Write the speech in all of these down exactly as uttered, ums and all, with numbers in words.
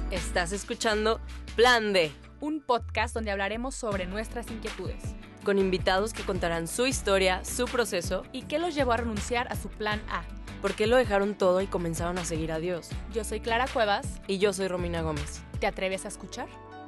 Estás escuchando Plan D, un podcast donde hablaremos sobre nuestras inquietudes, con invitados que contarán su historia, su proceso y qué los llevó a renunciar a su plan A. ¿Por qué lo dejaron todo y comenzaron a seguir a Dios? Yo soy Clara Cuevas. Y yo soy Romina Gómez. ¿Te atreves a escuchar?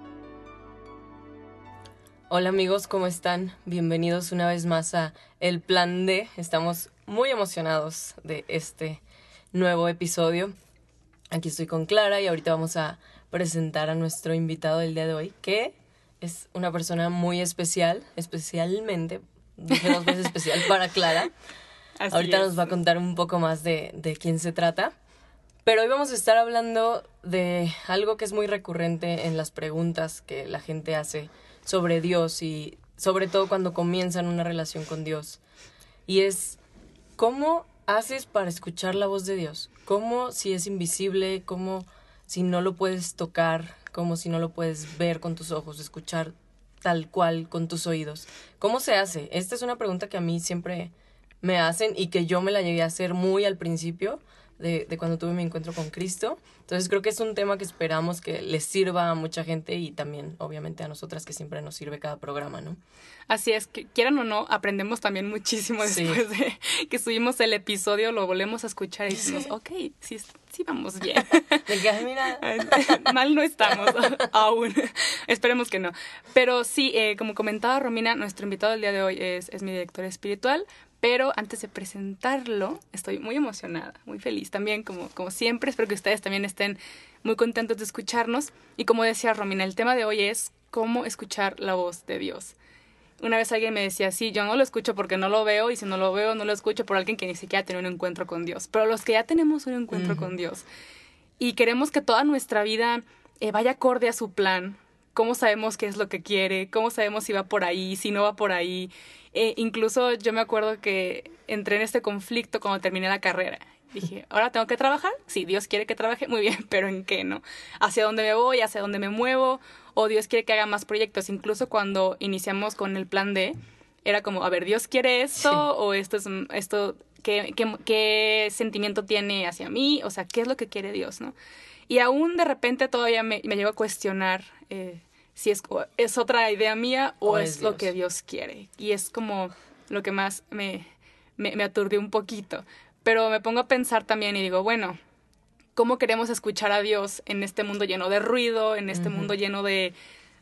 Hola amigos, ¿cómo están? Bienvenidos una vez más a El Plan D. Estamos muy emocionados de este nuevo episodio. Aquí estoy con Clara y ahorita vamos a presentar a nuestro invitado del día de hoy, que es una persona muy especial, especialmente, dije dos veces especial para Clara. Así Ahorita es. nos va a contar un poco más de, de quién se trata. Pero hoy vamos a estar hablando de algo que es muy recurrente en las preguntas que la gente hace sobre Dios y sobre todo cuando comienzan una relación con Dios. Y es, ¿cómo haces para escuchar la voz de Dios? ¿Cómo si es invisible? ¿Cómo si no lo puedes tocar? ¿Cómo si no lo puedes ver con tus ojos, escuchar tal cual con tus oídos? ¿Cómo se hace? Esta es una pregunta que a mí siempre me hacen y que yo me la llegué a hacer muy al principio de, de cuando tuve mi encuentro con Cristo. Entonces creo que es un tema que esperamos que les sirva a mucha gente y también, obviamente, a nosotras, que siempre nos sirve cada programa, ¿no? Así es, que quieran o no, aprendemos también muchísimo después sí. de que subimos el episodio, lo volvemos a escuchar y decimos, ok, sí, sí vamos bien. De que, mira, mal no estamos aún. Esperemos que no. Pero sí, eh, como comentaba Romina, nuestro invitado del día de hoy es, es mi director espiritual. Pero antes de presentarlo, estoy muy emocionada, muy feliz también, como, como siempre. Espero que ustedes también estén muy contentos de escucharnos. Y como decía Romina, el tema de hoy es cómo escuchar la voz de Dios. Una vez alguien me decía, sí, yo no lo escucho porque no lo veo, y si no lo veo, no lo escucho por alguien que ni siquiera tiene un encuentro con Dios. Pero los que ya tenemos un encuentro uh-huh. con Dios y queremos que toda nuestra vida eh, vaya acorde a su plan, ¿cómo sabemos qué es lo que quiere? ¿Cómo sabemos si va por ahí, si no va por ahí? Eh, incluso yo me acuerdo que entré en este conflicto cuando terminé la carrera. Dije, ¿ahora tengo que trabajar? Sí, Dios quiere que trabaje, muy bien, pero ¿en qué, no? ¿Hacia dónde me voy? ¿Hacia dónde me muevo? ¿O Dios quiere que haga más proyectos? Incluso cuando iniciamos con el plan D, era como, a ver, ¿Dios quiere esto? Sí. ¿O esto es esto? ¿qué, qué, ¿Qué sentimiento tiene hacia mí? O sea, ¿qué es lo que quiere Dios, no? Y aún de repente todavía me, me llego a cuestionar eh, si es, es otra idea mía o, o es, es lo que Dios quiere. Y es como lo que más me, me, me aturdió un poquito. Pero me pongo a pensar también y digo, bueno, ¿cómo queremos escuchar a Dios en este mundo lleno de ruido, en este uh-huh. mundo lleno de,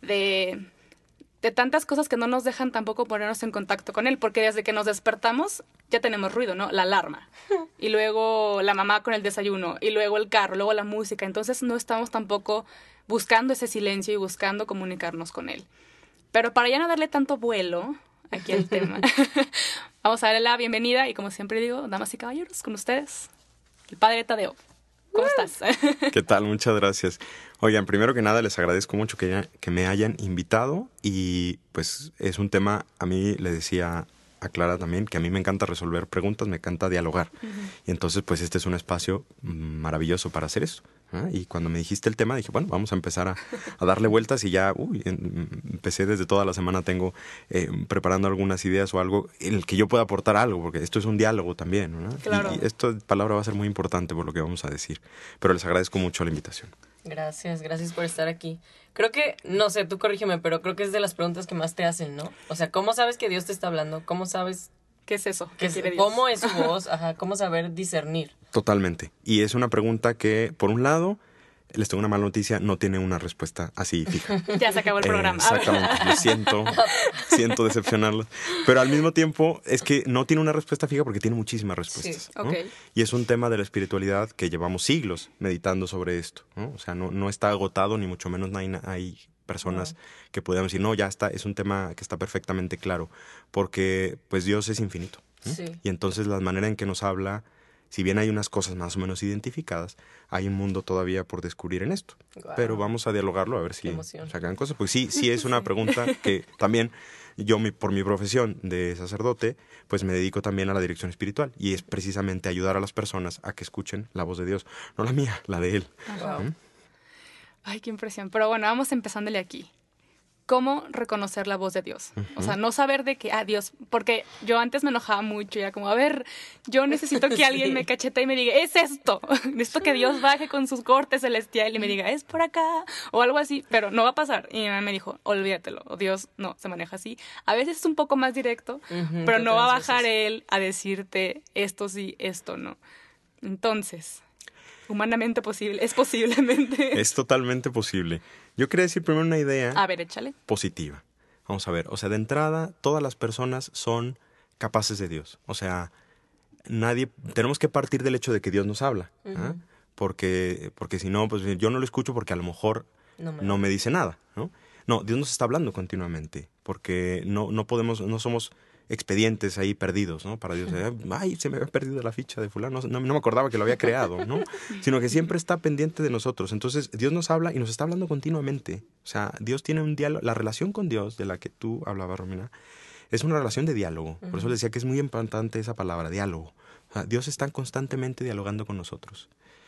de, de tantas cosas que no nos dejan tampoco ponernos en contacto con Él? Porque desde que nos despertamos ya tenemos ruido, ¿no? La alarma. Y luego la mamá con el desayuno. Y luego el carro, luego la música. Entonces no estamos tampoco buscando ese silencio y buscando comunicarnos con Él. Pero para ya no darle tanto vuelo aquí al tema, vamos a darle la bienvenida. Y como siempre digo, damas y caballeros, con ustedes, el Padre Tadeo. ¿Cómo estás? ¿Qué tal? Muchas gracias. Oigan, primero que nada les agradezco mucho que, ya, que me hayan invitado y pues es un tema, a mí le decía a Clara también, que a mí me encanta resolver preguntas, me encanta dialogar. Uh-huh. Y entonces pues este es un espacio maravilloso para hacer eso. ¿eh? Y cuando me dijiste el tema dije, bueno, vamos a empezar a, a darle vueltas y ya, uy, empecé desde toda la semana, tengo eh, preparando algunas ideas o algo en el que yo pueda aportar algo, porque esto es un diálogo también, ¿no? Claro. Y, y esta palabra va a ser muy importante por lo que vamos a decir. Pero les agradezco mucho la invitación. Gracias, gracias por estar aquí. Creo que, no sé, tú corrígeme, pero creo que es de las preguntas que más te hacen, ¿no? O sea, ¿cómo sabes que Dios te está hablando? ¿Cómo sabes qué es eso? ¿Qué ¿Qué es, ¿Cómo es su voz? Ajá, ¿cómo saber discernir? Totalmente. Y es una pregunta que, por un lado, les tengo una mala noticia, no tiene una respuesta así fija. Ya se acabó el eh, programa. Exactamente, lo siento, siento decepcionarlos. Pero al mismo tiempo es que no tiene una respuesta fija porque tiene muchísimas respuestas. Sí, ¿no? okay. Y es un tema de la espiritualidad que llevamos siglos meditando sobre esto, ¿no? O sea, no, no está agotado, ni mucho menos no hay, hay personas no. que podamos decir, no, ya está, es un tema que está perfectamente claro, porque pues Dios es infinito. ¿no? Sí. Y entonces la manera en que nos habla, si bien hay unas cosas más o menos identificadas, hay un mundo todavía por descubrir en esto. Wow. Pero vamos a dialogarlo a ver si sacan cosas. Pues sí, sí es una sí. pregunta que también yo mi, por mi profesión de sacerdote, pues me dedico también a la dirección espiritual. Y es precisamente ayudar a las personas a que escuchen la voz de Dios. No la mía, la de Él. Wow. ¿Mm? Ay, qué impresión. Pero bueno, vamos empezándole aquí. cómo reconocer la voz de Dios. Uh-huh. O sea, no saber de que, ah, Dios, porque yo antes me enojaba mucho, ya como, a ver, yo necesito que alguien sí. me cachete y me diga, es esto, necesito que Dios baje con sus cortes celestiales y me diga, es por acá, o algo así, pero no va a pasar. Y mi mamá me dijo, olvídatelo, o Dios no se maneja así. A veces es un poco más directo, uh-huh, pero no va a bajar veces. Él a decirte esto sí, esto no. Entonces, humanamente posible, es posiblemente. Es totalmente posible. Yo quería decir primero una idea a ver, échale. positiva. Vamos a ver, o sea, de entrada, todas las personas son capaces de Dios. O sea, nadie, tenemos que partir del hecho de que Dios nos habla. Uh-huh. ¿eh? Porque, porque si no, pues yo no lo escucho porque a lo mejor no me, no me dice nada, ¿no? No, Dios nos está hablando continuamente, porque no, no podemos, no somos expedientes ahí perdidos, ¿no? Para Dios, ay, se me había perdido la ficha de fulano, no, no me acordaba que lo había creado, ¿no? Sino que siempre está pendiente de nosotros. Entonces, Dios nos habla y nos está hablando continuamente. O sea, Dios tiene un diálogo, la relación con Dios de la que tú hablabas, Romina, es una relación de diálogo. Por eso les decía que es muy importante esa palabra, diálogo. O sea, Dios está constantemente dialogando con nosotros.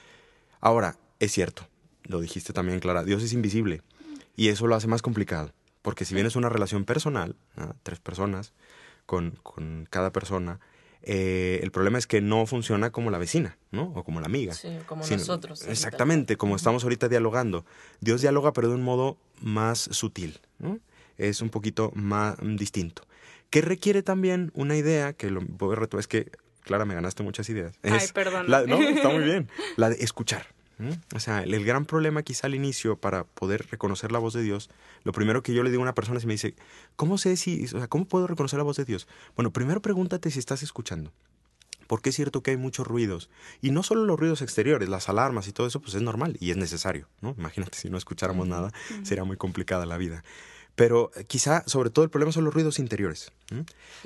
Ahora, es cierto, lo dijiste también, Clara, Dios es invisible y eso lo hace más complicado. Porque si bien es una relación personal, ¿no? Tres personas, Con, con cada persona, eh, el problema es que no funciona como la vecina, ¿no? O como la amiga. Sí, como sino, nosotros. Exactamente, como uh-huh. estamos ahorita dialogando. Dios dialoga, pero de un modo más sutil, ¿no? Es un poquito más um, distinto. Que requiere también una idea, que lo voy a retomar, es que, Clara, me ganaste muchas ideas. Es Ay, perdón. La, no, está muy bien. La de escuchar. ¿Mm? O sea, el, el gran problema quizá al inicio para poder reconocer la voz de Dios, lo primero que yo le digo a una persona es me dice, ¿cómo sé si, o sea, cómo puedo reconocer la voz de Dios? Bueno, primero pregúntate si estás escuchando. Porque es cierto que hay muchos ruidos. Y no solo los ruidos exteriores, las alarmas y todo eso, pues es normal y es necesario, ¿no? Imagínate, si no escucháramos uh-huh. nada, uh-huh. sería muy complicada la vida. Pero quizá, sobre todo, el problema son los ruidos interiores. ¿Mm?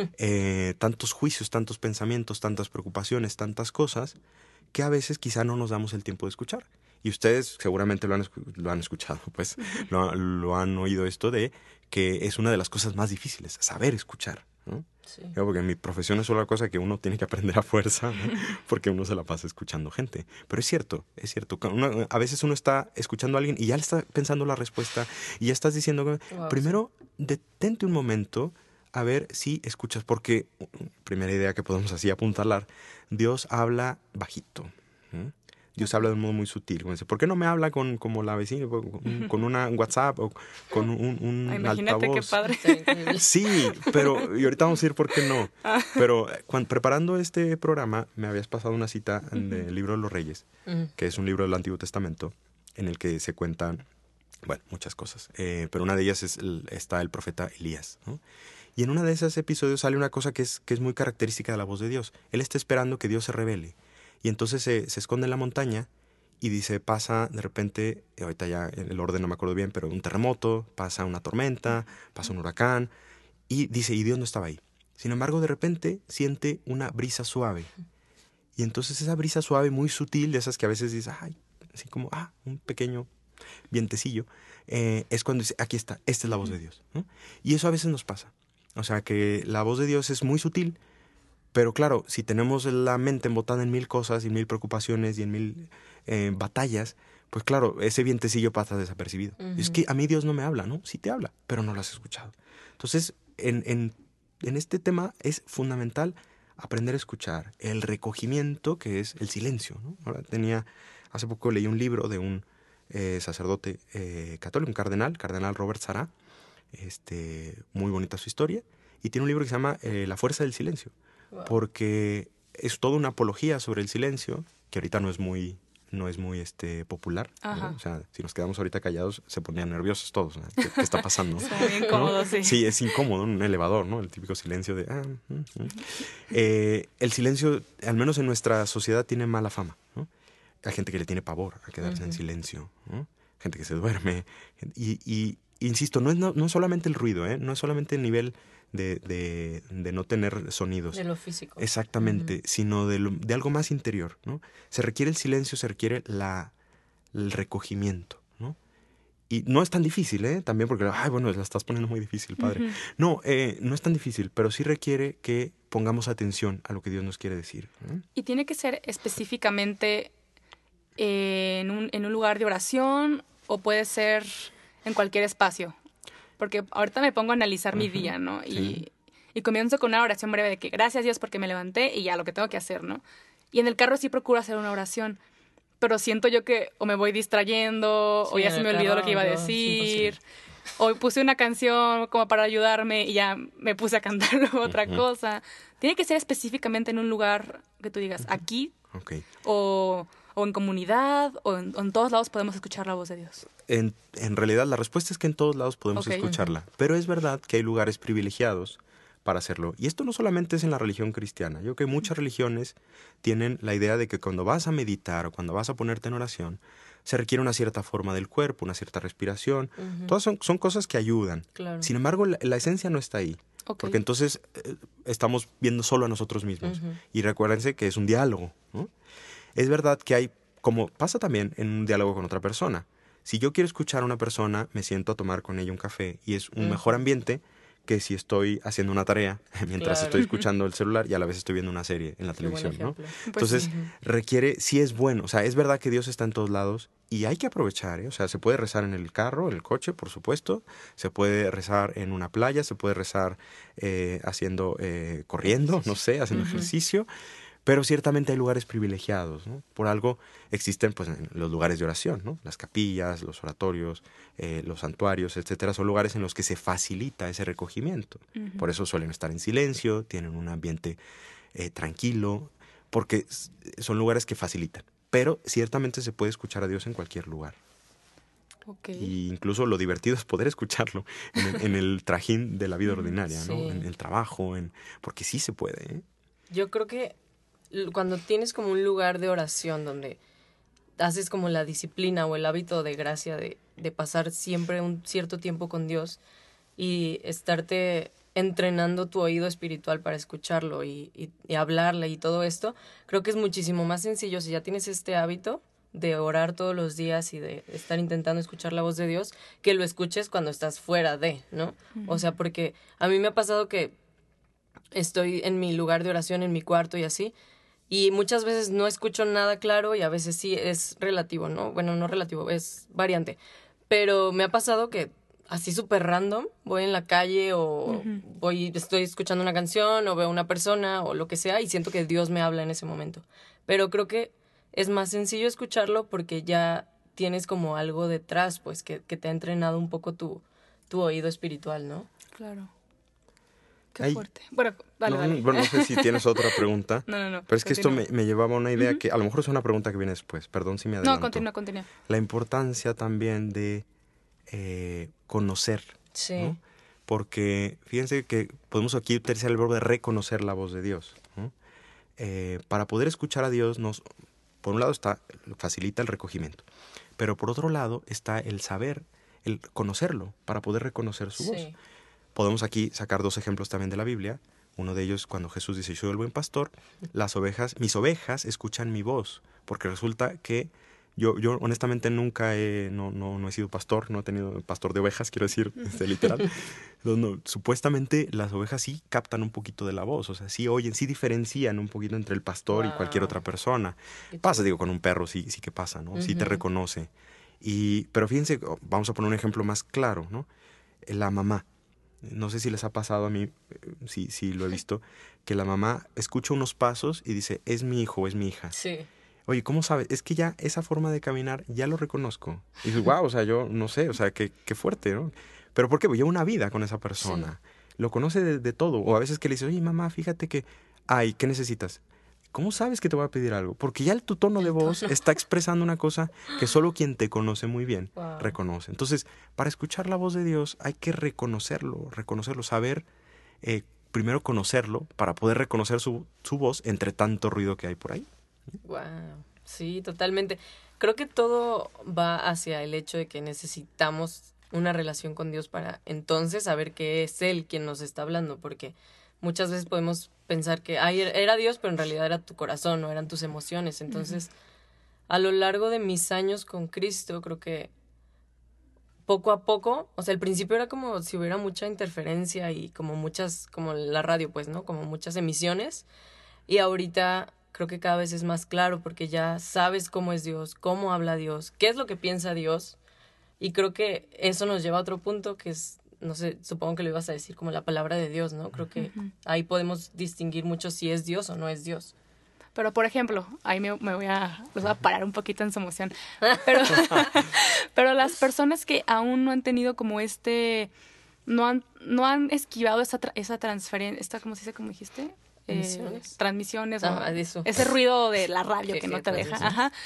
eh, tantos juicios, tantos pensamientos, tantas preocupaciones, tantas cosas, que a veces quizá no nos damos el tiempo de escuchar. Y ustedes seguramente lo han, lo han escuchado, pues lo, lo han oído esto de que es una de las cosas más difíciles, saber escuchar, ¿no? Sí. Porque en mi profesión es una cosa que uno tiene que aprender a fuerza, ¿no? Porque uno se la pasa escuchando gente. Pero es cierto, es cierto. Uno, a veces uno está escuchando a alguien y ya le está pensando la respuesta y ya estás diciendo, wow, primero sí. detente un momento a ver si escuchas, porque, primera idea que podemos así apuntalar, Dios habla bajito. ¿eh? Dios habla de un modo muy sutil. ¿Por qué no me habla con como la vecina, con, con una WhatsApp o con un, un Ay, imagínate altavoz? Qué padre. Sí, pero, y ahorita vamos a ir por qué no. Pero cuando, preparando este programa, me habías pasado una cita del libro de los Reyes, uh-huh. que es un libro del Antiguo Testamento, en el que se cuentan, bueno, muchas cosas. Eh, pero una de ellas es el, está el profeta Elías, ¿no? Y en uno de esos episodios sale una cosa que es, que es muy característica de la voz de Dios. Él está esperando que Dios se revele. Y entonces se, se esconde en la montaña y dice, pasa de repente, ahorita ya el orden no me acuerdo bien, pero un terremoto, pasa una tormenta, pasa un huracán, y dice, y Dios no estaba ahí. Sin embargo, de repente siente una brisa suave. Y entonces esa brisa suave, muy sutil, de esas que a veces dices, ay, así como, ah, un pequeño vientecillo, eh, es cuando dice, aquí está, esta es la voz de Dios, ¿no? Y eso a veces nos pasa. O sea, que la voz de Dios es muy sutil, pero claro, si tenemos la mente embotada en mil cosas y mil preocupaciones y en mil eh, batallas, pues claro, ese vientecillo pasa desapercibido. Uh-huh. Es que a mí Dios no me habla, ¿no? Sí te habla, pero no lo has escuchado. Entonces, en, en, en este tema es fundamental aprender a escuchar el recogimiento, que es el silencio, ¿no? Ahora tenía, hace poco leí un libro de un eh, sacerdote eh, católico, un cardenal, cardenal Robert Sará, este, muy bonita su historia, y tiene un libro que se llama eh, La fuerza del silencio. Wow. Porque es toda una apología sobre el silencio, que ahorita no es muy, no es muy este, popular, ¿no? O sea, si nos quedamos ahorita callados, se ponían nerviosos todos, ¿no? ¿Qué, qué está pasando? Está bien incómodo, ¿no? Sí. Sí, es incómodo, un elevador, ¿no? El típico silencio de... Ah, mm, mm. Eh, el silencio, al menos en nuestra sociedad, tiene mala fama, ¿no? Hay gente que le tiene pavor a quedarse uh-huh. en silencio, ¿no? Gente que se duerme. Y, y insisto, no es, no, no solamente el ruido, ¿eh? No es solamente el nivel... De, de, de no tener sonidos. De lo físico. Exactamente, uh-huh. sino de, lo, de algo más interior, ¿no? Se requiere el silencio, se requiere la, el recogimiento, ¿no? Y no es tan difícil, ¿eh? También porque, ay, bueno, la estás poniendo muy difícil, padre. Uh-huh. No, eh, no es tan difícil, pero sí requiere que pongamos atención a lo que Dios nos quiere decir, ¿no? Y tiene que ser específicamente eh, en, un, en un lugar de oración o puede ser en cualquier espacio. porque ahorita me pongo a analizar uh-huh. mi día, ¿no? Y, sí. y comienzo con una oración breve de que gracias Dios porque me levanté y ya lo que tengo que hacer, ¿no? Y en el carro sí procuro hacer una oración, pero siento yo que o me voy distrayendo, sí, o ya se me olvidó lo que iba a decir, o puse una canción como para ayudarme y ya me puse a cantar otra uh-huh. cosa. Tiene que ser específicamente en un lugar que tú digas, uh-huh. aquí, okay. o, o en comunidad, o en, o en todos lados podemos escuchar la voz de Dios. En, en realidad la respuesta es que en todos lados podemos okay. escucharla, uh-huh. pero es verdad que hay lugares privilegiados para hacerlo. Y esto no solamente es en la religión cristiana. Yo creo que muchas religiones tienen la idea de que cuando vas a meditar o cuando vas a ponerte en oración, se requiere una cierta forma del cuerpo, una cierta respiración. Uh-huh. Todas son, son cosas que ayudan. Claro. Sin embargo, la, la esencia no está ahí. Okay. Porque entonces eh, estamos viendo solo a nosotros mismos. Uh-huh. Y recuérdense que es un diálogo, ¿no? Es verdad que hay, como pasa también en un diálogo con otra persona. Si yo quiero escuchar a una persona, me siento a tomar con ella un café y es un uh-huh. mejor ambiente que si estoy haciendo una tarea mientras claro. estoy escuchando el celular y a la vez estoy viendo una serie en la Qué televisión, ¿no? Pues Entonces, sí. requiere, sí es bueno, o sea, es verdad que Dios está en todos lados y hay que aprovechar, ¿eh? O sea, se puede rezar en el carro, en el coche, por supuesto, se puede rezar en una playa, se puede rezar eh, haciendo, eh, corriendo, no sé, haciendo uh-huh. ejercicio, pero ciertamente hay lugares privilegiados, ¿no? Por algo existen pues los lugares de oración, ¿no? Las capillas, los oratorios, eh, los santuarios, etcétera, son lugares en los que se facilita ese recogimiento. Uh-huh. Por eso suelen estar en silencio, tienen un ambiente eh, tranquilo, porque son lugares que facilitan. Pero ciertamente se puede escuchar a Dios en cualquier lugar. Okay. Y incluso lo divertido es poder escucharlo en el, en el trajín de la vida ordinaria, sí. ¿no? En el trabajo, en, porque sí se puede, ¿eh? Yo creo que cuando tienes como un lugar de oración donde haces como la disciplina o el hábito de gracia de, de pasar siempre un cierto tiempo con Dios y estarte entrenando tu oído espiritual para escucharlo y, y, y hablarle y todo esto, creo que es muchísimo más sencillo si ya tienes este hábito de orar todos los días y de estar intentando escuchar la voz de Dios, que lo escuches cuando estás fuera de, ¿no? Uh-huh. O sea, porque a mí me ha pasado que estoy en mi lugar de oración, en mi cuarto y así, y muchas veces no escucho nada claro y a veces sí es relativo, ¿no? Bueno, no relativo, es variante. Pero me ha pasado que así súper random, voy en la calle o uh-huh. voy, estoy escuchando una canción o veo una persona o lo que sea y siento que Dios me habla en ese momento. Pero creo que es más sencillo escucharlo porque ya tienes como algo detrás, pues, que, que te ha entrenado un poco tu, tu oído espiritual, ¿no? Claro. Qué Ay, fuerte. Bueno, dale, no, dale. Bueno, no sé si tienes otra pregunta. No, no, no. Pero es que continúa. esto me, me llevaba a una idea uh-huh. que a lo mejor es una pregunta que viene después. Perdón si me adelanto. No, continúa, continúa. La importancia también de eh, conocer. Sí. ¿no? Porque fíjense que podemos aquí utilizar el verbo de reconocer la voz de Dios, ¿no? Eh, para poder escuchar a Dios, nos, por un lado está facilita el recogimiento. Pero por otro lado está el saber, el conocerlo, para poder reconocer su sí. voz. Podemos aquí sacar dos ejemplos también de la Biblia. Uno de ellos cuando Jesús dice, yo soy el buen pastor, las ovejas, mis ovejas escuchan mi voz, porque resulta que yo, yo honestamente nunca he, no, no, no he sido pastor, no he tenido pastor de ovejas, quiero decir, este, literal. No, no, supuestamente las ovejas sí captan un poquito de la voz, o sea, sí oyen, sí diferencian un poquito entre el pastor wow. y cualquier otra persona. Qué pasa, chido. Digo, con un perro sí, sí que pasa, ¿no? Uh-huh. Sí te reconoce. Y, pero fíjense, vamos a poner un ejemplo más claro, ¿no? La mamá. No sé si les ha pasado a mí, sí, sí lo he visto, que la mamá escucha unos pasos y dice, es mi hijo o es mi hija. Sí. Oye, ¿cómo sabes? Es que ya esa forma de caminar ya lo reconozco. Y dices, wow, o sea, yo no sé, o sea, qué, qué fuerte, ¿no? Pero ¿por qué? Pues lleva una vida con esa persona. Sí. Lo conoce de, de todo. O a veces que le dices, oye, mamá, fíjate que, ay, ¿qué necesitas? ¿Cómo sabes que te voy a pedir algo? Porque ya el, tu tono de voz está expresando una cosa que solo quien te conoce muy bien wow. reconoce. Entonces, para escuchar la voz de Dios hay que reconocerlo, reconocerlo, saber, eh, primero conocerlo para poder reconocer su, su voz entre tanto ruido que hay por ahí. Wow, sí, totalmente. Creo que todo va hacia el hecho de que necesitamos una relación con Dios para entonces saber que es Él quien nos está hablando, porque muchas veces podemos pensar que ay, era Dios, pero en realidad era tu corazón o eran tus emociones. Entonces, uh-huh. a lo largo de mis años con Cristo, creo que poco a poco, o sea, al principio era como si hubiera mucha interferencia y como muchas, como la radio, pues, ¿no? Como muchas emisiones. Y ahorita creo que cada vez es más claro porque ya sabes cómo es Dios, cómo habla Dios, qué es lo que piensa Dios. Y creo que eso nos lleva a otro punto que es no sé, supongo que lo ibas a decir como la palabra de Dios, ¿no? Creo que Ujú. ahí podemos distinguir mucho si es Dios o no es Dios. Pero, por ejemplo, ahí me, me voy a, los voy a parar un poquito en su emoción. Pero, pero las personas que aún no han tenido como este, no han, no han esquivado esa, tra- esa transferencia, esta, ¿cómo se dice? ¿Cómo dijiste? ¿Emisiones? Eh, transmisiones. Ah, o de eso. ese ruido de la radio Sí, que sí, no te deja. transmisiones. Ajá.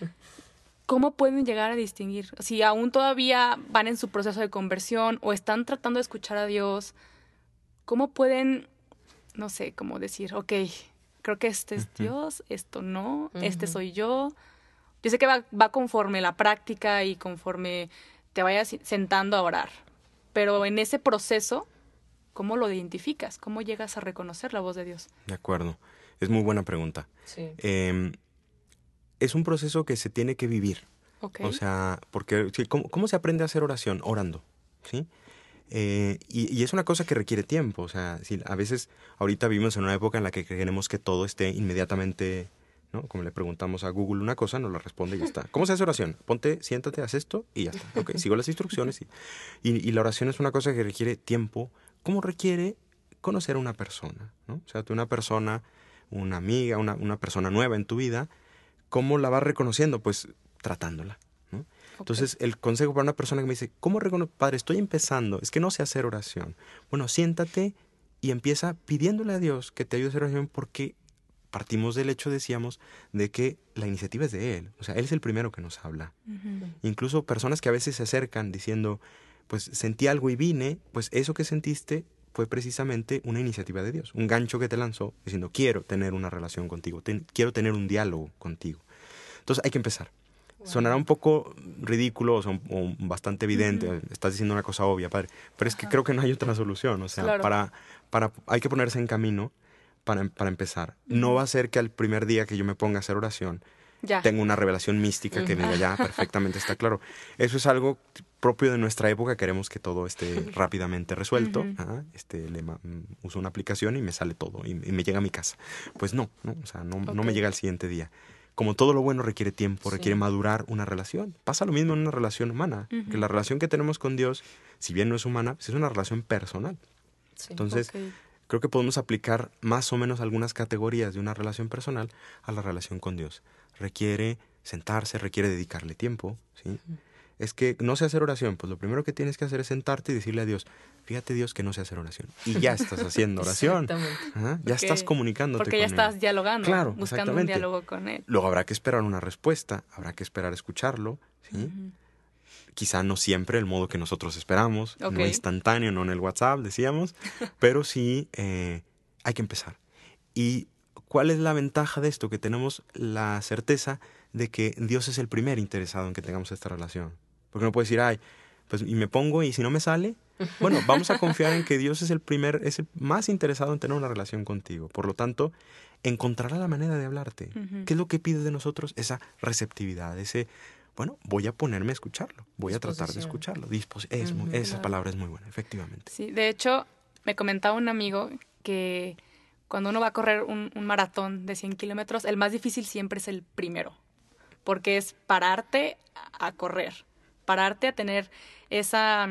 ¿Cómo pueden llegar a distinguir? Si aún todavía van en su proceso de conversión o están tratando de escuchar a Dios, ¿cómo pueden, no sé, cómo decir, ok, creo que este es Ujú. Dios, esto no, este Ujú. soy yo? Yo sé que va, va conforme la práctica y conforme te vayas sentando a orar, pero en ese proceso, ¿cómo lo identificas? ¿Cómo llegas a reconocer la voz de Dios? De acuerdo. Es muy buena pregunta. Sí. Eh, es un proceso que se tiene que vivir. Ok. O sea, porque sí, ¿cómo, cómo se aprende a hacer oración? Orando, ¿sí? Eh, y, y es una cosa que requiere tiempo. O sea, si a veces ahorita vivimos en una época en la que queremos que todo esté inmediatamente, ¿no? Como le preguntamos a Google una cosa, nos la responde y ya está. ¿Cómo se hace oración? Ponte, siéntate, haz esto y ya está. Ok, sigo las instrucciones. Y, y, y la oración es una cosa que requiere tiempo. ¿Cómo requiere conocer a una persona? ¿No? O sea, tú una persona, una amiga, una, una persona nueva en tu vida, ¿cómo la vas reconociendo? Pues tratándola, ¿no? Ok. Entonces, el consejo para una persona que me dice, ¿cómo reconozco? Padre, estoy empezando, es que no sé hacer oración. Bueno, siéntate y empieza pidiéndole a Dios que te ayude a hacer oración porque partimos del hecho, decíamos, de que la iniciativa es de Él. O sea, Él es el primero que nos habla. Ujú. Incluso personas que a veces se acercan diciendo, pues sentí algo y vine, pues eso que sentiste fue precisamente una iniciativa de Dios, un gancho que te lanzó diciendo, quiero tener una relación contigo, ten- quiero tener un diálogo contigo. Entonces hay que empezar. Sonará un poco ridículo o, son- o bastante evidente, Ujú. estás diciendo una cosa obvia, padre, pero es que Ajá. creo que no hay otra solución. O sea, Claro. para, para, hay que ponerse en camino para, para empezar. No Ujú. va a ser que al primer día que yo me ponga a hacer oración Ya. tengo una revelación mística que me diga, ya, perfectamente está claro. Eso es algo propio de nuestra época, queremos que todo esté rápidamente resuelto. Ujú. Ajá, este, le ma- mm, uso una aplicación y me sale todo, y, y me llega a mi casa. Pues no, no, o sea, no, no me Ok. llega al siguiente día. Como todo lo bueno requiere tiempo, Sí. requiere madurar una relación. Pasa lo mismo en una relación humana, que Ujú. la relación que tenemos con Dios, si bien no es humana, pues es una relación personal. Sí. Entonces, Ok. creo que podemos aplicar más o menos algunas categorías de una relación personal a la relación con Dios. Requiere sentarse, requiere dedicarle tiempo, ¿sí? Es que no sé hacer oración, pues lo primero que tienes que hacer es sentarte y decirle a Dios, fíjate Dios que no sé hacer oración. Y ya estás haciendo oración. Exactamente. Ajá, ya Porque- estás comunicándote Porque ya con estás Él. dialogando, Claro, buscando un exactamente. diálogo con él. Luego habrá que esperar una respuesta, habrá que esperar a escucharlo, ¿sí? Ujú. Quizá no siempre el modo que nosotros esperamos, Ok. no instantáneo, no en el WhatsApp, decíamos, pero sí eh, hay que empezar. ¿Y cuál es la ventaja de esto? Que tenemos la certeza de que Dios es el primer interesado en que tengamos esta relación. Porque no puedes decir, ay, pues y me pongo y si no me sale, bueno, vamos a confiar en que Dios es el primer, es el más interesado en tener una relación contigo. Por lo tanto, encontrará la manera de hablarte. Ujú. ¿Qué es lo que pide de nosotros? Esa receptividad, ese, bueno, voy a ponerme a escucharlo, voy a tratar de Disposición. escucharlo. Dispos es muy- Ujú. esa Claro. palabra es muy buena, efectivamente. Sí, de hecho, me comentaba un amigo que cuando uno va a correr un, un maratón de cien kilómetros, el más difícil siempre es el primero, porque es pararte a a correr, pararte a tener esa,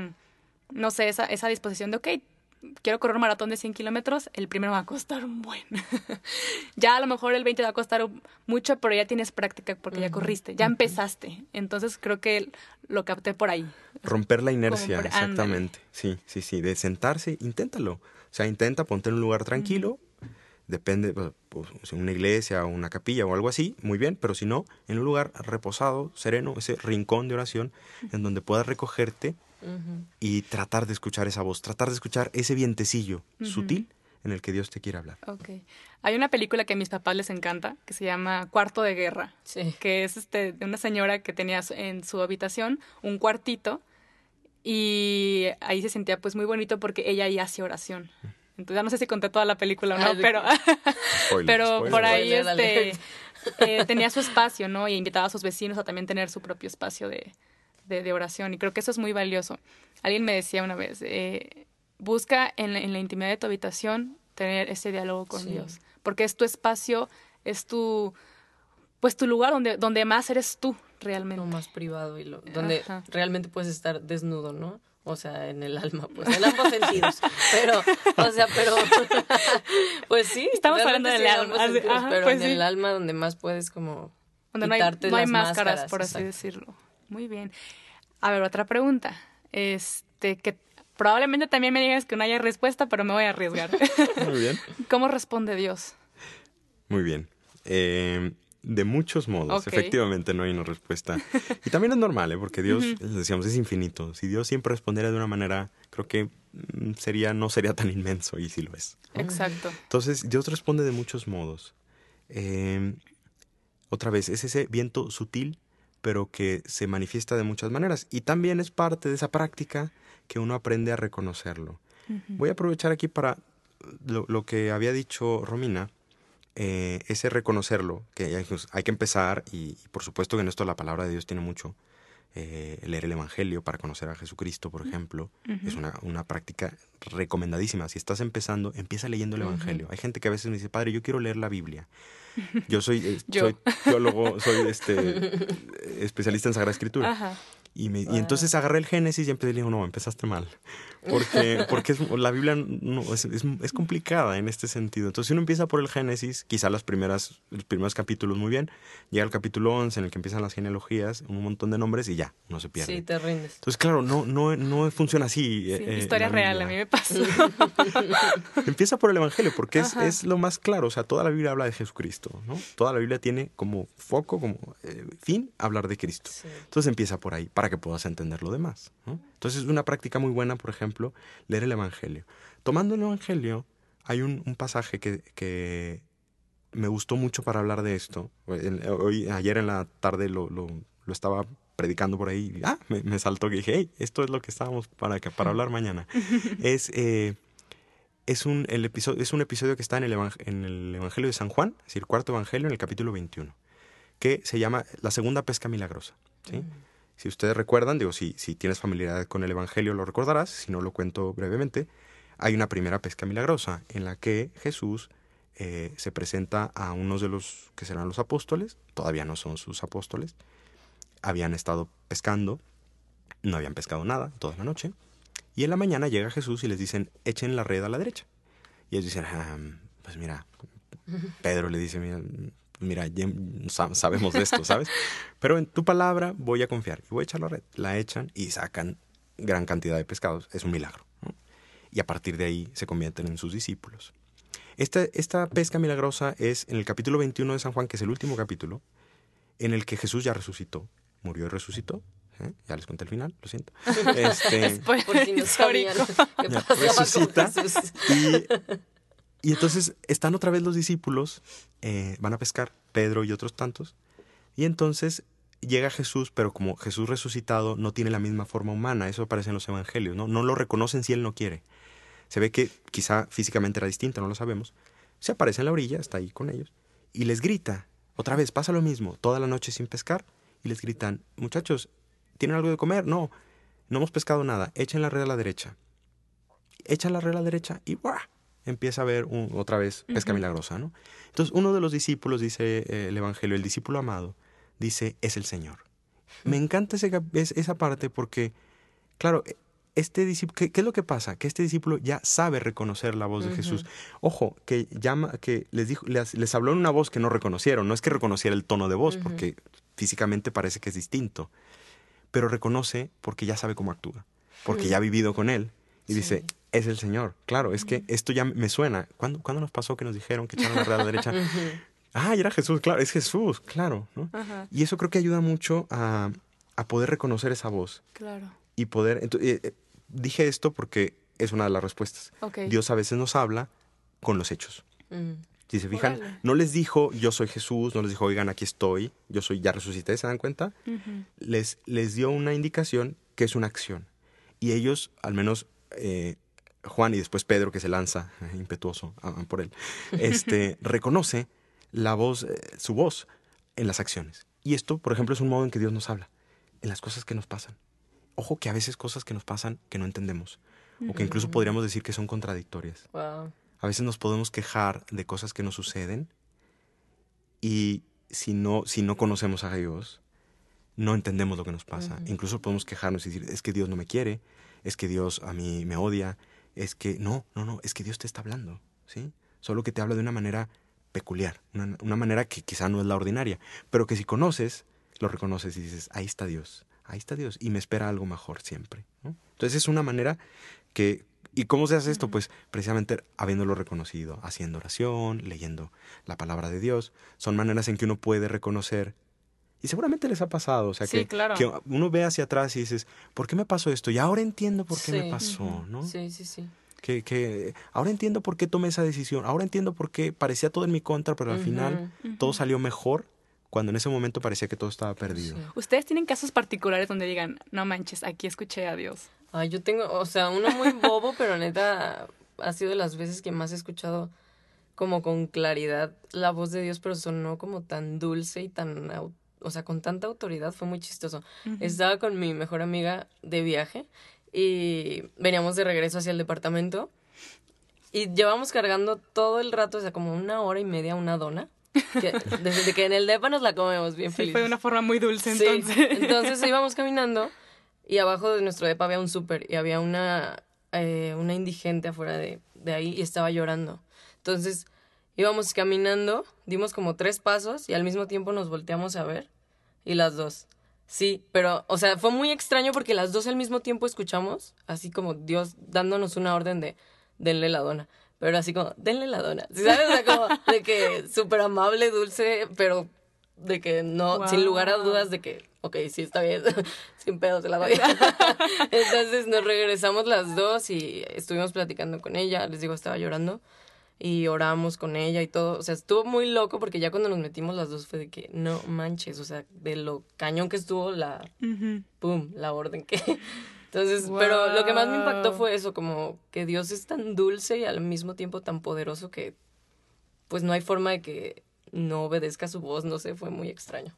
no sé, esa, esa disposición de, ok, quiero correr un maratón de cien kilómetros, el primero va a costar un buen. Ya a lo mejor el veinte va a costar un- mucho, pero ya tienes práctica porque ya Ujú, corriste, ya ujú. empezaste. Entonces creo que lo capté por ahí. Romper la inercia, por- exactamente. Sí, sí, sí. De sentarse, inténtalo. O sea, intenta, ponte en un lugar tranquilo. Depende, pues, pues, si una iglesia o una capilla o algo así, muy bien. Pero si no, en un lugar reposado, sereno, ese rincón de oración, en donde puedas recogerte Ujú. y tratar de escuchar esa voz, tratar de escuchar ese vientecillo Ujú. sutil en el que Dios te quiere hablar. Ok. Hay una película que a mis papás les encanta, que se llama Cuarto de Guerra, Sí. que es este de una señora que tenía su- en su habitación un cuartito y ahí se sentía pues muy bonito porque ella ahí hacía oración. Entonces ya no sé si conté toda la película o no, Ay, de pero, Spoiler, pero spoiler. por ahí Spoiler este alert. eh, tenía su espacio, ¿no? Y invitaba a sus vecinos a también tener su propio espacio de, de, de oración. Y creo que eso es muy valioso. Alguien me decía una vez, eh, busca en la, en la intimidad de tu habitación tener ese diálogo con Sí. Dios. Porque es tu espacio, es tu, pues tu lugar donde, donde más eres tú realmente. Lo más privado y lo, donde Ajá. realmente puedes estar desnudo, ¿no? O sea, en el alma, pues, en ambos sentidos. Pero, o sea, pero, pues sí. Estamos hablando del sí, en alma. ambos sentidos, Ajá, pero pues en sí. el alma donde más puedes como Donde no hay, quitarte no hay las máscaras, máscaras, por así exacto. decirlo. Muy bien. A ver, otra pregunta. Este, que probablemente también me digas que no haya respuesta, pero me voy a arriesgar. Muy bien. ¿Cómo responde Dios? Muy bien. Eh, de muchos modos, Ok. efectivamente no hay una respuesta. Y también es normal, ¿eh? Porque Dios, uh-huh. decíamos, es infinito. Si Dios siempre respondiera de una manera, creo que mm, sería, no sería tan inmenso, y sí lo es, ¿no? Exacto. Entonces, Dios responde de muchos modos. Eh, otra vez, es ese viento sutil, pero que se manifiesta de muchas maneras. Y también es parte de esa práctica que uno aprende a reconocerlo. Uh-huh. Voy a aprovechar aquí para lo, lo que había dicho Romina. Eh, ese reconocerlo, que hay, hay que empezar, y, y por supuesto que en esto la palabra de Dios tiene mucho, eh, leer el Evangelio para conocer a Jesucristo, por ejemplo, uh-huh. es una, una práctica recomendadísima. Si estás empezando, empieza leyendo el Evangelio. Uh-huh. Hay gente que a veces me dice, padre, yo quiero leer la Biblia. Yo soy, eh, yo. soy teólogo, soy este, especialista en Sagrada Escritura. Ajá. Y, me, wow. y entonces agarré el Génesis y empecé y le digo, no, empezaste mal. Porque, porque es, la Biblia no, es, es, es complicada en este sentido. Entonces, si uno empieza por el Génesis, quizá las primeras, los primeros capítulos muy bien, llega al capítulo once en el que empiezan las genealogías, un montón de nombres y ya, uno se pierde. Sí, te rindes. Entonces, claro, no, no, no funciona así. Sí, eh, historia real, a mí me pasó. Empieza por el Evangelio, porque es, es lo más claro. O sea, toda la Biblia habla de Jesucristo, ¿no? Toda la Biblia tiene como foco, como eh, fin, hablar de Cristo. Sí. Entonces empieza por ahí, para que puedas entender lo demás, ¿no? Entonces es una práctica muy buena, por ejemplo, leer el Evangelio. Tomando el Evangelio, hay un, un pasaje que, que me gustó mucho para hablar de esto. Hoy, ayer en la tarde lo, lo, lo estaba predicando por ahí y ah, me, me saltó que dije, hey, esto es lo que estábamos para, para hablar mañana. es, eh, es, un, el episodio, es un episodio que está en el, en el Evangelio de San Juan, es decir, cuarto Evangelio, en el capítulo veintiuno, que se llama La Segunda Pesca Milagrosa, ¿sí? Mm. Si ustedes recuerdan, digo, si, si tienes familiaridad con el Evangelio lo recordarás, si no lo cuento brevemente, hay una primera pesca milagrosa en la que Jesús eh, se presenta a unos de los que serán los apóstoles, todavía no son sus apóstoles, habían estado pescando, no habían pescado nada toda la noche, y en la mañana llega Jesús y les dicen, echen la red a la derecha. Y ellos dicen, ah, pues mira, Pedro le dice, mira, mira, ya sabemos de esto, ¿sabes? Pero en tu palabra voy a confiar y voy a echar la red. La echan y sacan gran cantidad de pescados. Es un milagro, ¿no? Y a partir de ahí se convierten en sus discípulos. Esta, esta pesca milagrosa es en el capítulo veintiuno de San Juan, que es el último capítulo, en el que Jesús ya resucitó, murió y resucitó. ¿Eh? Ya les conté el final, lo siento. Este, por si no sabían qué pasaba resucita con Jesús. Y, y entonces están otra vez los discípulos, eh, van a pescar, Pedro y otros tantos, y entonces llega Jesús, pero como Jesús resucitado no tiene la misma forma humana, eso aparece en los evangelios, ¿no? No lo reconocen si él no quiere. Se ve que quizá físicamente era distinto, no lo sabemos. Se aparece en la orilla, está ahí con ellos, y les grita, otra vez, pasa lo mismo, toda la noche sin pescar, y les gritan, muchachos, ¿tienen algo de comer? No, no hemos pescado nada, echen la red a la derecha. Echan la red a la derecha y ¡buah! Empieza a haber un, otra vez pesca uh-huh. milagrosa, ¿no? Entonces uno de los discípulos, dice eh, el Evangelio, el discípulo amado, dice, es el Señor. Uh-huh. Me encanta ese, esa parte porque, claro, este discípulo, ¿qué, ¿qué es lo que pasa? Que este discípulo ya sabe reconocer la voz uh-huh. de Jesús. Ojo, que llama, que les dijo, les, les habló en una voz que no reconocieron. No es que reconociera el tono de voz, uh-huh. porque físicamente parece que es distinto. Pero reconoce porque ya sabe cómo actúa. Porque uh-huh. ya ha vivido con él. Y sí. dice, es el Señor. Claro, es que esto ya me suena. ¿Cuándo, ¿cuándo nos pasó que nos dijeron que echaron la red a la derecha? Uh-huh. Ah, y era Jesús, claro, es Jesús, claro, ¿no? Uh-huh. Y eso creo que ayuda mucho a, a poder reconocer esa voz. Claro. Y poder... Entonces, eh, dije esto porque es una de las respuestas. Okay. Dios a veces nos habla con los hechos. Uh-huh. Si se fijan, Órale. no les dijo, yo soy Jesús, no les dijo, oigan, aquí estoy, yo soy, ya resucité, ¿se dan cuenta? Uh-huh. Les, les dio una indicación que es una acción. Y ellos, al menos... Eh, Juan y después Pedro, que se lanza eh, impetuoso ah, por él, este, reconoce la voz, eh, su voz en las acciones. Y esto, por ejemplo, es un modo en que Dios nos habla, en las cosas que nos pasan. Ojo que a veces cosas que nos pasan que no entendemos, uh-huh. o que incluso podríamos decir que son contradictorias. Wow. A veces nos podemos quejar de cosas que nos suceden y si no, si no conocemos a Dios, no entendemos lo que nos pasa. Ujú. Incluso podemos quejarnos y decir, es que Dios no me quiere, es que Dios a mí me odia, es que no, no, no, es que Dios te está hablando, ¿sí? Solo que te habla de una manera peculiar, una, una manera que quizá no es la ordinaria, pero que si conoces, lo reconoces y dices, ahí está Dios, ahí está Dios, y me espera algo mejor siempre, ¿no? Entonces es una manera que... ¿Y cómo se hace esto? Ujú. Pues precisamente habiéndolo reconocido, haciendo oración, leyendo la palabra de Dios. Son maneras en que uno puede reconocer, y seguramente les ha pasado, o sea, Sí, que, claro. que uno ve hacia atrás y dices, ¿por qué me pasó esto? Y ahora entiendo por qué me Sí. pasó, Ujú. ¿no? Sí, sí, sí. Que, que ahora entiendo por qué tomé esa decisión, ahora entiendo por qué parecía todo en mi contra, pero al Ujú. final Ujú. todo salió mejor cuando en ese momento parecía que todo estaba perdido. Sí. ¿Ustedes tienen casos particulares donde digan, no manches, aquí escuché a Dios? Ay, yo tengo, o sea, uno muy bobo, pero neta ha sido de las veces que más he escuchado como con claridad la voz de Dios, pero sonó como tan dulce y tan, au- o sea, con tanta autoridad, fue muy chistoso. Ujú. Estaba con mi mejor amiga de viaje y veníamos de regreso hacia el departamento y llevamos cargando todo el rato, o sea, como una hora y media una dona, que desde que en el depa nos la comemos bien Sí, felices. fue de una forma muy dulce, Sí, entonces. entonces íbamos caminando y abajo de nuestro depa había un súper y había una, eh, una indigente afuera de, de ahí y estaba llorando. Entonces íbamos caminando, dimos como tres pasos y al mismo tiempo nos volteamos a ver y las dos. Sí, pero, o sea, fue muy extraño porque las dos al mismo tiempo escuchamos, así como Dios dándonos una orden de denle la dona. Pero así como, denle la dona. ¿Sí sabes? O sea, como de que súper amable, dulce, pero de que no, Wow. sin lugar a dudas de que, ok, sí, está bien, sin pedo se la doy. Entonces nos regresamos las dos y estuvimos platicando con ella, les digo, estaba llorando y oramos con ella y todo, o sea, estuvo muy loco porque ya cuando nos metimos las dos fue de que, no manches, o sea, de lo cañón que estuvo la, Ujú. pum, la orden que... Entonces, pero lo que más me impactó Wow. fue eso, como que Dios es tan dulce y al mismo tiempo tan poderoso que pues no hay forma de que no obedezca su voz, no sé, fue muy extraño.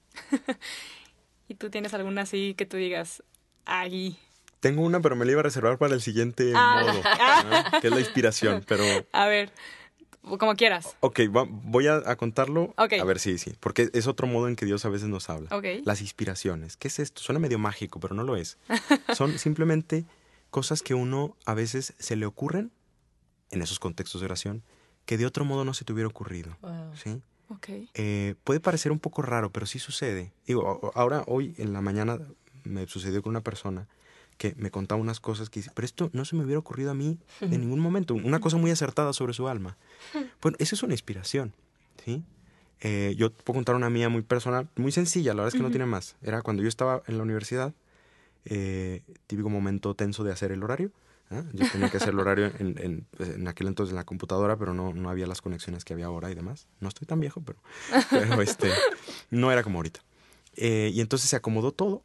¿Y tú tienes alguna así que tú digas, ahí? Tengo una, pero me la iba a reservar para el siguiente Ah. modo, ¿no? Que es la inspiración, pero... A ver, como quieras. Ok, va- voy a, a contarlo. Ok. A ver, sí, sí. Porque es otro modo en que Dios a veces nos habla. Ok. Las inspiraciones. ¿Qué es esto? Suena medio mágico, pero no lo es. Son simplemente cosas que uno a veces se le ocurren en esos contextos de oración que de otro modo no se te hubiera ocurrido. Wow. ¿Sí? Ok. Eh, puede parecer un poco raro, pero sí sucede. Digo, a- a- ahora, hoy en la mañana me sucedió con una persona que me contaba unas cosas que dice, pero esto no se me hubiera ocurrido a mí en ningún momento. Una cosa muy acertada sobre su alma. Bueno, esa es una inspiración, ¿sí? Eh, yo puedo contar una mía muy personal, muy sencilla, la verdad es que no Ujú. tiene más. Era cuando yo estaba en la universidad, eh, típico momento tenso de hacer el horario. ¿eh? Yo tenía que hacer el horario en, en, pues, en aquel entonces en la computadora, pero no, no había las conexiones que había ahora y demás. No estoy tan viejo, pero, pero este, no era como ahorita. Eh, y entonces se acomodó todo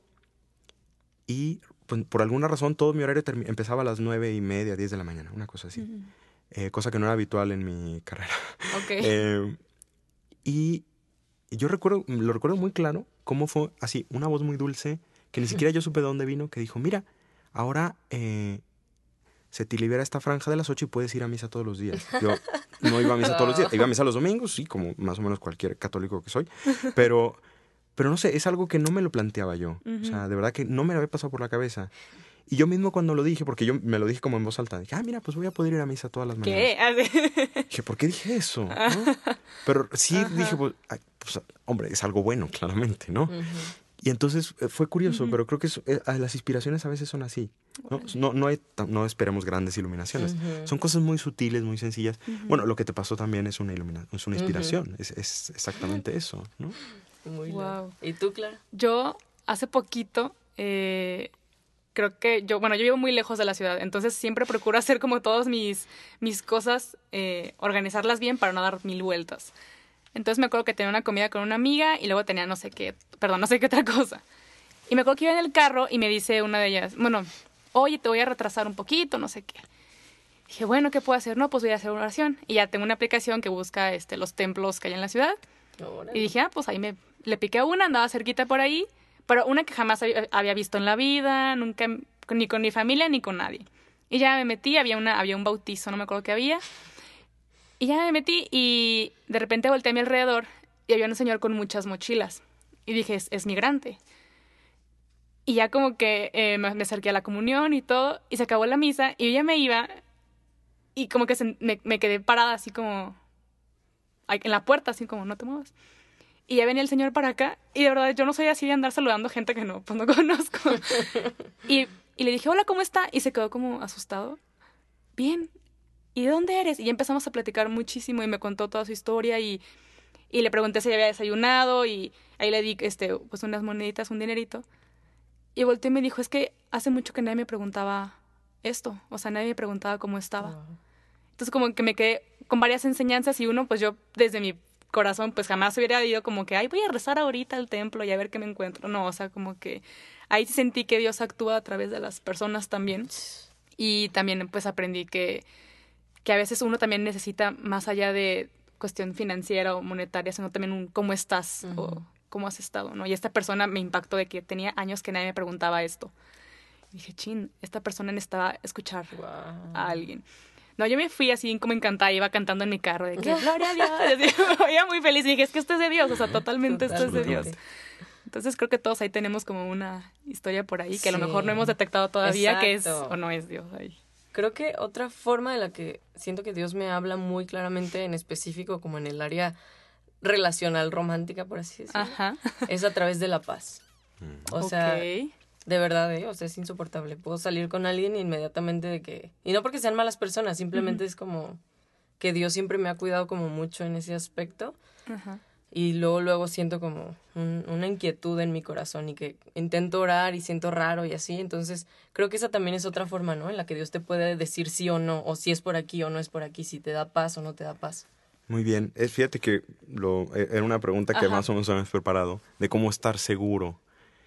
y pues, por alguna razón todo mi horario termi- empezaba a las nueve y media, diez de la mañana, una cosa así. Ujú. Eh, cosa que no era habitual en mi carrera. Ok. Eh, y yo recuerdo, lo recuerdo muy claro, cómo fue así, una voz muy dulce, que ni siquiera yo supe de dónde vino, que dijo, mira, ahora eh, se te libera esta franja de las ocho y puedes ir a misa todos los días. Yo no iba a misa todos los días, iba a misa los domingos, sí, como más o menos cualquier católico que soy, pero, pero no sé, es algo que no me lo planteaba yo. O sea, de verdad que no me lo había pasado por la cabeza. Y yo mismo cuando lo dije, porque yo me lo dije como en voz alta, dije, ah, mira, pues voy a poder ir a misa todas las mañanas. ¿Qué? Así. Dije, ¿por qué dije eso? ¿no? Pero sí Ajá. dije, pues, ay, pues, hombre, es algo bueno, claramente, ¿no? Ujú. Y entonces eh, fue curioso, Ujú. pero creo que es- eh, ah, las inspiraciones a veces son así. No, no, no, hay, ta- no esperemos grandes iluminaciones. Ujú. Son cosas muy sutiles, muy sencillas. Ujú. Bueno, lo que te pasó también es una, ilumina es una Ujú. inspiración. Es, es exactamente eso, ¿no? Muy Wow. loco. ¿Y tú, Clara? Yo hace poquito, eh, creo que yo, bueno, yo vivo muy lejos de la ciudad, entonces siempre procuro hacer como todas mis, mis cosas, eh, organizarlas bien para no dar mil vueltas. Entonces me acuerdo que tenía una comida con una amiga y luego tenía no sé qué, perdón, no sé qué otra cosa. Y me acuerdo que iba en el carro y me dice una de ellas, bueno, oye, te voy a retrasar un poquito, no sé qué. Dije, bueno, ¿qué puedo hacer? No, pues voy a hacer una oración. Y ya tengo una aplicación que busca este, los templos que hay en la ciudad. Órale. Y dije, ah, pues ahí me le piqué a una, andaba cerquita por ahí, pero una que jamás hab- había visto en la vida, nunca, ni con mi familia ni con nadie. Y ya me metí, había, una, había un bautizo, no me acuerdo qué había. Y ya me metí y de repente volteé a mi alrededor y había un señor con muchas mochilas. Y dije, es, es migrante. Y ya como que eh, me, me acerqué a la comunión y todo, y se acabó la misa, y yo ya me iba, y como que se, me, me quedé parada así como en la puerta, así como, no te muevas. Y ya venía el señor para acá, y de verdad yo no soy así de andar saludando gente que no, pues no conozco. y, y le dije, hola, ¿cómo está? Y se quedó como asustado. Bien. ¿Y de dónde eres? Y ya empezamos a platicar muchísimo, y me contó toda su historia, y, y le pregunté si había desayunado, y ahí le di este, pues unas moneditas, un dinerito. Y volteó y me dijo, es que hace mucho que nadie me preguntaba esto. O sea, nadie me preguntaba cómo estaba. Wow. Entonces como que me quedé con varias enseñanzas y uno, pues yo desde mi corazón, pues jamás hubiera ido como que, ay, voy a rezar ahorita al templo y a ver qué me encuentro. No, o sea, como que ahí sentí que Dios actúa a través de las personas también. Y también pues aprendí que, que a veces uno también necesita, más allá de cuestión financiera o monetaria, sino también un cómo estás uh-huh. o cómo has estado, ¿no? Y esta persona me impactó de que tenía años que nadie me preguntaba esto. Y dije, chin, esta persona necesitaba escuchar wow. a alguien. No, yo me fui así como encantada, iba cantando en mi carro de que, gloria a Dios, me iba muy feliz y dije, es que esto es de Dios, o sea, totalmente, totalmente. Esto es de Dios. Entonces creo que todos ahí tenemos como una historia por ahí que sí. a lo mejor no hemos detectado todavía que es o no es Dios ahí. Creo que otra forma de la que siento que Dios me habla muy claramente, en específico como en el área relacional romántica, por así decirlo, Ajá. es a través de la paz. O okay. sea, de verdad, ¿eh? O sea, es insoportable. Puedo salir con alguien y inmediatamente de que... Y no porque sean malas personas, simplemente uh-huh. es como que Dios siempre me ha cuidado como mucho en ese aspecto. Uh-huh. Y luego, luego siento como un, una inquietud en mi corazón y que intento orar y siento raro y así. Entonces, creo que esa también es otra forma, ¿no? En la que Dios te puede decir sí o no, o si es por aquí o no es por aquí, si te da paz o no te da paz. Muy bien. Es, fíjate que lo, era una pregunta que Ajá. más o menos habíamos preparado, de cómo estar seguro.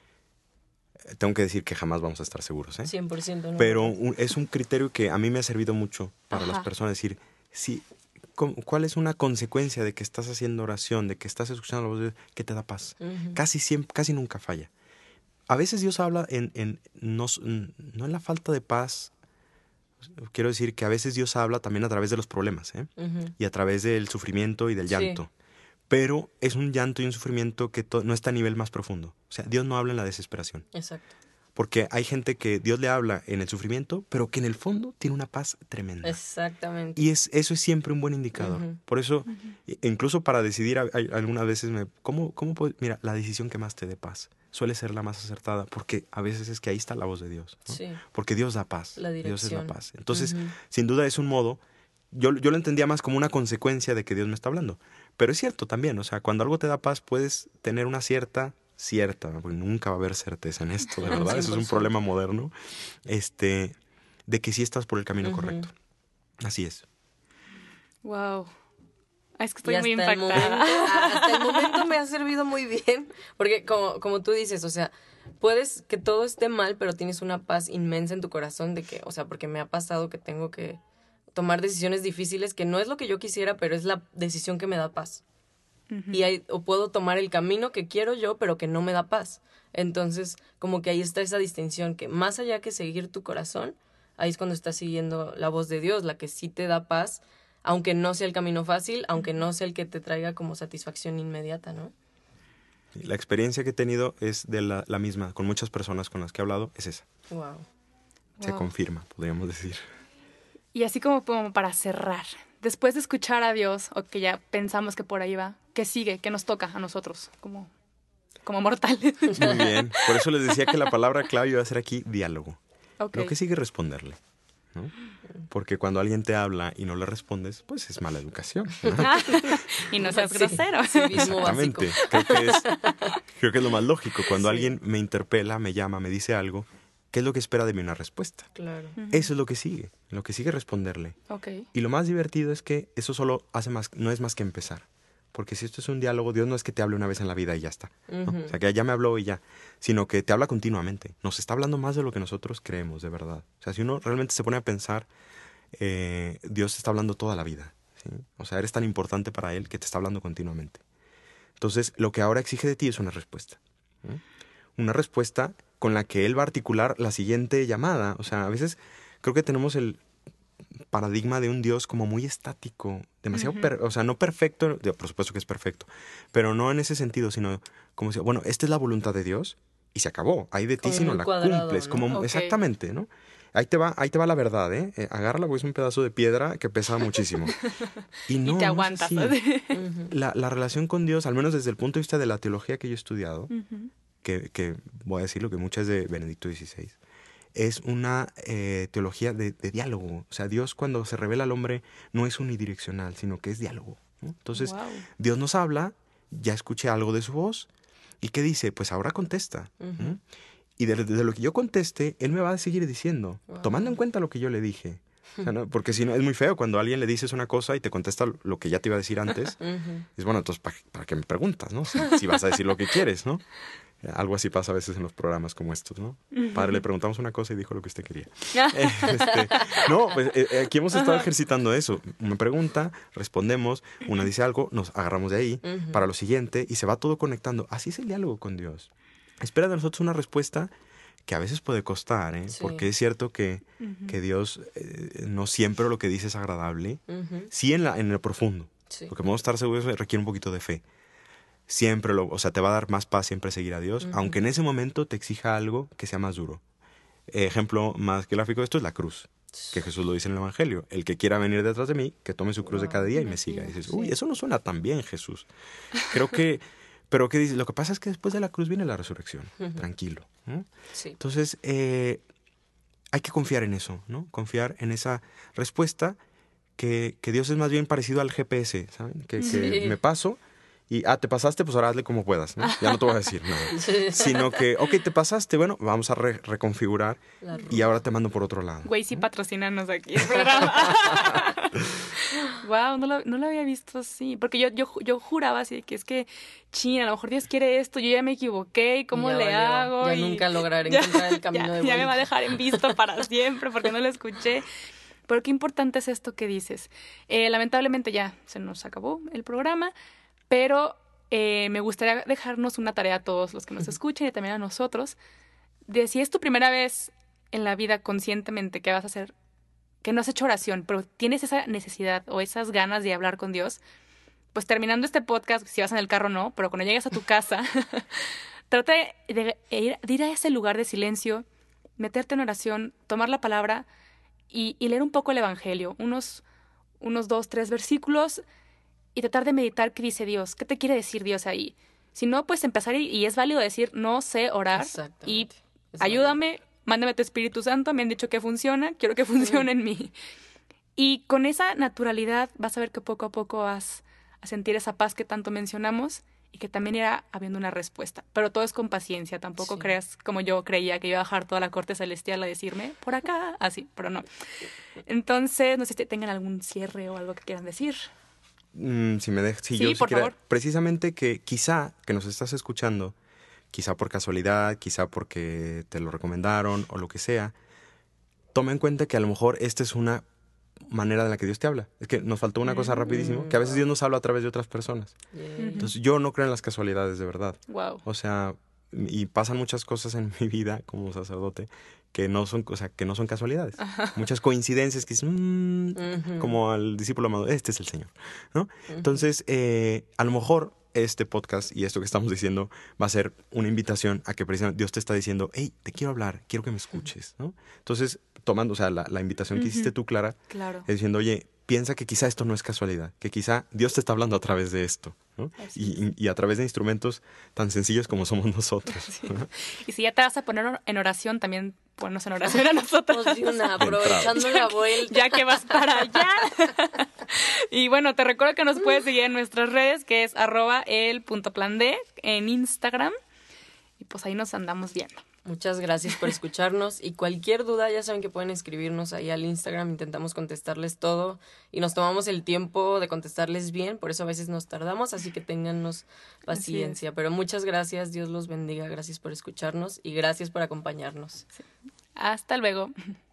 Tengo que decir que jamás vamos a estar seguros, ¿eh? cien por ciento. No. Pero un, es un criterio que a mí me ha servido mucho para Ajá. las personas. Decir, sí, ¿cuál es una consecuencia de que estás haciendo oración, de que estás escuchando la voz de Dios, que te da paz? Uh-huh. Casi siempre, casi nunca falla. A veces Dios habla en, en no, no en la falta de paz. Quiero decir que a veces Dios habla también a través de los problemas, ¿eh? Uh-huh. Y a través del sufrimiento y del llanto. Sí. Pero es un llanto y un sufrimiento que to- no está a nivel más profundo. O sea, Dios no habla en la desesperación. Exacto. Porque hay gente que Dios le habla en el sufrimiento, pero que en el fondo tiene una paz tremenda. Exactamente. Y es, eso es siempre un buen indicador. Uh-huh. Por eso, uh-huh. incluso para decidir, hay, algunas veces, me, ¿cómo, cómo puedo? Mira, la decisión que más te dé paz suele ser la más acertada, porque a veces es que ahí está la voz de Dios, ¿no? Sí. Porque Dios da paz. La dirección. Dios es la paz. Entonces, uh-huh. sin duda es un modo... Yo, yo lo entendía más como una consecuencia de que Dios me está hablando. Pero es cierto también, o sea, cuando algo te da paz puedes tener una cierta, cierta, porque nunca va a haber certeza en esto, de verdad, eso es un problema moderno, este, de que sí estás por el camino uh-huh. correcto. Así es. Wow. Es que estoy muy impactada. El momento, hasta el momento me ha servido muy bien, porque como, como tú dices, o sea, puedes que todo esté mal, pero tienes una paz inmensa en tu corazón de que, o sea, porque me ha pasado que tengo que tomar decisiones difíciles que no es lo que yo quisiera, pero es la decisión que me da paz. Uh-huh. Y hay, o puedo tomar el camino que quiero yo, pero que no me da paz. Entonces, como que ahí está esa distinción, que más allá que seguir tu corazón, ahí es cuando estás siguiendo la voz de Dios, la que sí te da paz, aunque no sea el camino fácil, aunque no sea el que te traiga como satisfacción inmediata, ¿no? La experiencia que he tenido es de la, la misma, con muchas personas con las que he hablado, es esa. Wow. Se wow. confirma, podríamos decir. Y así como, como para cerrar, después de escuchar a Dios, o que ya pensamos que por ahí va, ¿qué sigue? ¿Qué nos toca a nosotros como, como mortales? Muy bien. Por eso les decía que la palabra clave iba a ser aquí diálogo. Okay. Lo que sigue es responderle, ¿no? Porque cuando alguien te habla y no le respondes, pues es mala educación, ¿no? Y no seas grosero. Sí, sí, exactamente. Creo que, es, creo que es lo más lógico. Cuando sí. alguien me interpela, me llama, me dice algo, ¿qué es lo que espera de mí? Una respuesta. Claro. Uh-huh. Eso es lo que sigue. Lo que sigue es responderle. Okay. Y lo más divertido es que eso solo hace más, no es más que empezar. Porque si esto es un diálogo, Dios no es que te hable una vez en la vida y ya está, ¿no? Uh-huh. O sea, que ya me habló y ya. Sino que te habla continuamente. Nos está hablando más de lo que nosotros creemos, de verdad. O sea, si uno realmente se pone a pensar, eh, Dios te está hablando toda la vida, ¿sí? O sea, eres tan importante para Él que te está hablando continuamente. Entonces, lo que ahora exige de ti es una respuesta. ¿Sí? Una respuesta con la que Él va a articular la siguiente llamada. O sea, a veces creo que tenemos el paradigma de un Dios como muy estático, demasiado, uh-huh. per, o sea, no perfecto, por supuesto que es perfecto, pero no en ese sentido, sino como si, bueno, esta es la voluntad de Dios y se acabó. Hay de ti Como si no muy la cuadrado, cumples. ¿no? Como, Ok. Exactamente, ¿no? Ahí te va, ahí te va la verdad, ¿eh? Eh, agárrala porque es un pedazo de piedra que pesa muchísimo. Y no, y te no es aguantas. así. Ujú. La, la relación con Dios, al menos desde el punto de vista de la teología que yo he estudiado, Ujú. que, que voy a decir lo que muchas de Benedicto dieciséis, es una eh, teología de, de diálogo. O sea, Dios cuando se revela al hombre no es unidireccional, sino que es diálogo, ¿no? Entonces, Wow. Dios nos habla, ya escuché algo de su voz, ¿y qué dice? Pues ahora contesta. Ujú. ¿Mm? Y de, de lo que yo conteste, Él me va a seguir diciendo, Wow. tomando en cuenta lo que yo le dije. O sea, ¿no? Porque si no, es muy feo cuando a alguien le dices una cosa y te contesta lo que ya te iba a decir antes. Ujú. Es bueno, entonces, ¿para, para qué me preguntas, no? Si, si vas a decir lo que quieres, ¿no? Algo así pasa a veces en los programas como estos, ¿no? Padre, le preguntamos una cosa y dijo lo que usted quería. Este, no, pues eh, aquí hemos estado ejercitando eso. Una pregunta, respondemos, una dice algo, nos agarramos de ahí Ujú. para lo siguiente y se va todo conectando. Así es el diálogo con Dios. Espera de nosotros una respuesta que a veces puede costar, ¿eh? Sí. Porque es cierto que, Ujú. que Dios eh, no siempre lo que dice es agradable. Ujú. Sí en, la, en el profundo. Sí. Lo que podemos estar seguros requiere un poquito de fe. Siempre lo, o sea, te va a dar más paz siempre seguir a Dios, Ujú. aunque en ese momento te exija algo que sea más duro. Ejemplo más gráfico de esto es la cruz, que Jesús lo dice en el Evangelio. El que quiera venir detrás de mí, que tome su cruz de Wow. cada día y me Así siga. Y es, dices, uy, sí. eso no suena tan bien, Jesús. Creo que, pero ¿qué dices? Lo que pasa es que después de la cruz viene la resurrección. Ujú. Tranquilo, ¿no? Sí. Entonces, eh, hay que confiar en eso, ¿no? Confiar en esa respuesta que, que Dios es más bien parecido al G P S, ¿saben? Que, que Sí. me paso y, ah, te pasaste, pues ahora hazle como puedas, ¿no? Ya no te voy a decir nada. Sí. Sino que, ok, te pasaste, bueno, vamos a re- reconfigurar La y ruta. ahora te mando por otro lado. Güey, sí patrocínanos aquí el programa. Wow, no lo, no lo había visto así. Porque yo, yo, ju- yo juraba así de que es que, chin, a lo mejor Dios quiere esto, yo ya me equivoqué, ¿y cómo Y ya le valió. hago? Ya Y nunca lograré ya- encontrar el camino ya, de ya me va a vuelta. dejar en visto para siempre porque no lo escuché. Pero qué importante es esto que dices. Eh, lamentablemente ya se nos acabó el programa, pero eh, me gustaría dejarnos una tarea a todos los que nos escuchen y también a nosotros, de si es tu primera vez en la vida conscientemente que vas a hacer, que no has hecho oración, pero tienes esa necesidad o esas ganas de hablar con Dios, pues terminando este podcast, si vas en el carro no, pero cuando llegues a tu casa, trata de, de ir, de ir a ese lugar de silencio, meterte en oración, tomar la palabra y, y leer un poco el Evangelio, unos, unos dos, tres versículos y tratar de meditar qué dice Dios, qué te quiere decir Dios ahí. Si no, pues empezar y, y es válido decir, no sé orar y Exactamente. Es ayúdame, mándame tu Espíritu Santo, me han dicho que funciona, quiero que funcione en mí. Y con esa naturalidad vas a ver que poco a poco vas a sentir esa paz que tanto mencionamos y que también irá habiendo una respuesta. Pero todo es con paciencia, tampoco Sí. creas como yo creía que iba a bajar toda la corte celestial a decirme, por acá, así, pero no. Entonces, no sé si tengan algún cierre o algo que quieran decir. Mm, si me dejas, si Sí, yo por siquiera- favor. precisamente que quizá que nos estás escuchando, quizá por casualidad, quizá porque te lo recomendaron o lo que sea, toma en cuenta que a lo mejor esta es una manera de la que Dios te habla. Es que nos faltó una cosa Mm. rapidísimo, que a veces Dios nos habla a través de otras personas. Yay. Entonces yo no creo en las casualidades de verdad. Wow. O sea, y pasan muchas cosas en mi vida como sacerdote que no son, o sea, que no son casualidades. Muchas coincidencias que dicen, mm, Ujú. como al discípulo amado, este es el Señor, ¿no? Entonces, eh, a lo mejor este podcast y esto que estamos diciendo va a ser una invitación a que precisamente Dios te está diciendo, hey, te quiero hablar, quiero que me escuches, ¿no? Entonces, tomando, o sea, la, la invitación que hiciste Ujú. tú, Clara, Claro. es diciendo, oye, piensa que quizá esto no es casualidad, que quizá Dios te está hablando a través de esto, ¿no? Así Y, y- y a través de instrumentos tan sencillos como somos nosotros. ¿no? Y si ya te vas a poner en oración, también ponnos en oración a nosotros. Pues de una, aprovechando la vuelta. Ya que vas para allá. Y bueno, te recuerdo que nos puedes seguir en nuestras redes, que es arroba el punto plan D en Instagram. Y pues ahí nos andamos viendo. Muchas gracias por escucharnos y cualquier duda ya saben que pueden escribirnos ahí al Instagram, intentamos contestarles todo y nos tomamos el tiempo de contestarles bien, por eso a veces nos tardamos, así que téngannos paciencia, pero muchas gracias, Dios los bendiga, gracias por escucharnos y gracias por acompañarnos. Hasta luego.